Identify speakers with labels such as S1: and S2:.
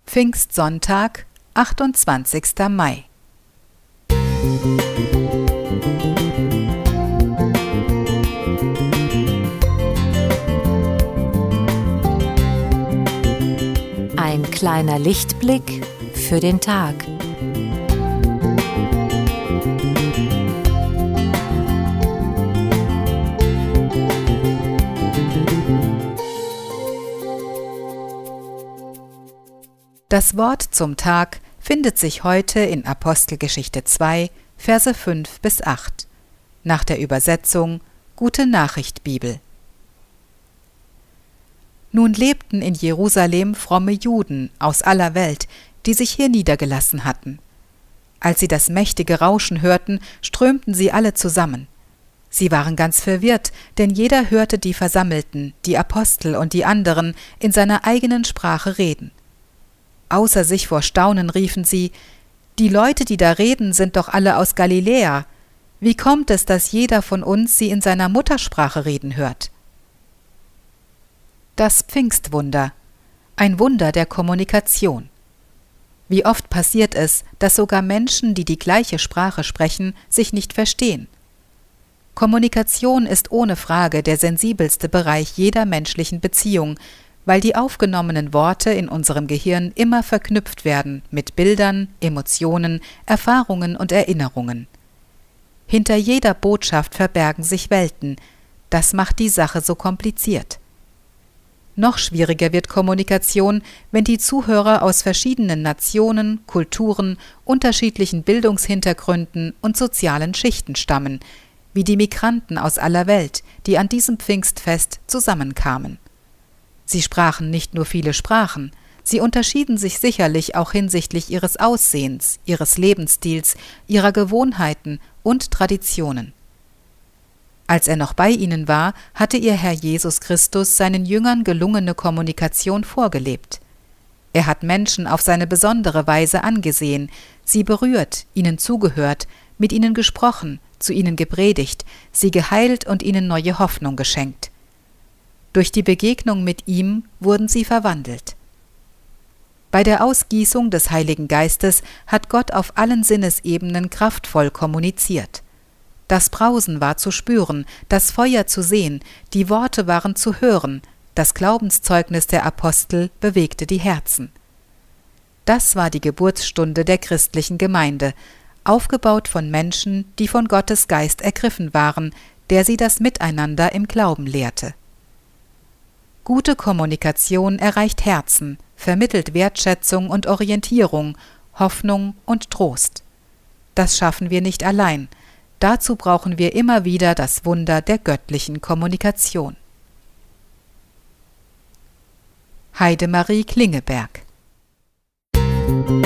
S1: Pfingstsonntag, 28. Mai.
S2: Ein kleiner Lichtblick für den Tag.
S1: Das Wort zum Tag findet sich heute in Apostelgeschichte 2, Verse 5 bis 8, nach der Übersetzung Gute Nachricht Bibel. Nun lebten in Jerusalem fromme Juden aus aller Welt, die sich hier niedergelassen hatten. Als sie das mächtige Rauschen hörten, strömten sie alle zusammen. Sie waren ganz verwirrt, denn jeder hörte die Versammelten, die Apostel und die anderen, in seiner eigenen Sprache reden. Außer sich vor Staunen riefen sie: Die Leute, die da reden, sind doch alle aus Galiläa. Wie kommt es, dass jeder von uns sie in seiner Muttersprache reden hört? Das Pfingstwunder, ein Wunder der Kommunikation. Wie oft passiert es, dass sogar Menschen, die die gleiche Sprache sprechen, sich nicht verstehen? Kommunikation ist ohne Frage der sensibelste Bereich jeder menschlichen Beziehung, weil die aufgenommenen Worte in unserem Gehirn immer verknüpft werden mit Bildern, Emotionen, Erfahrungen und Erinnerungen. Hinter jeder Botschaft verbergen sich Welten. Das macht die Sache so kompliziert. Noch schwieriger wird Kommunikation, wenn die Zuhörer aus verschiedenen Nationen, Kulturen, unterschiedlichen Bildungshintergründen und sozialen Schichten stammen, wie die Migranten aus aller Welt, die an diesem Pfingstfest zusammenkamen. Sie sprachen nicht nur viele Sprachen, sie unterschieden sich sicherlich auch hinsichtlich ihres Aussehens, ihres Lebensstils, ihrer Gewohnheiten und Traditionen. Als er noch bei ihnen war, hatte ihr Herr Jesus Christus seinen Jüngern gelungene Kommunikation vorgelebt. Er hat Menschen auf seine besondere Weise angesehen, sie berührt, ihnen zugehört, mit ihnen gesprochen, zu ihnen gepredigt, sie geheilt und ihnen neue Hoffnung geschenkt. Durch die Begegnung mit ihm wurden sie verwandelt. Bei der Ausgießung des Heiligen Geistes hat Gott auf allen Sinnesebenen kraftvoll kommuniziert. Das Brausen war zu spüren, das Feuer zu sehen, die Worte waren zu hören, das Glaubenszeugnis der Apostel bewegte die Herzen. Das war die Geburtsstunde der christlichen Gemeinde, aufgebaut von Menschen, die von Gottes Geist ergriffen waren, der sie das Miteinander im Glauben lehrte. Gute Kommunikation erreicht Herzen, vermittelt Wertschätzung und Orientierung, Hoffnung und Trost. Das schaffen wir nicht allein. Dazu brauchen wir immer wieder das Wunder der göttlichen Kommunikation. Heidemarie Klingeberg.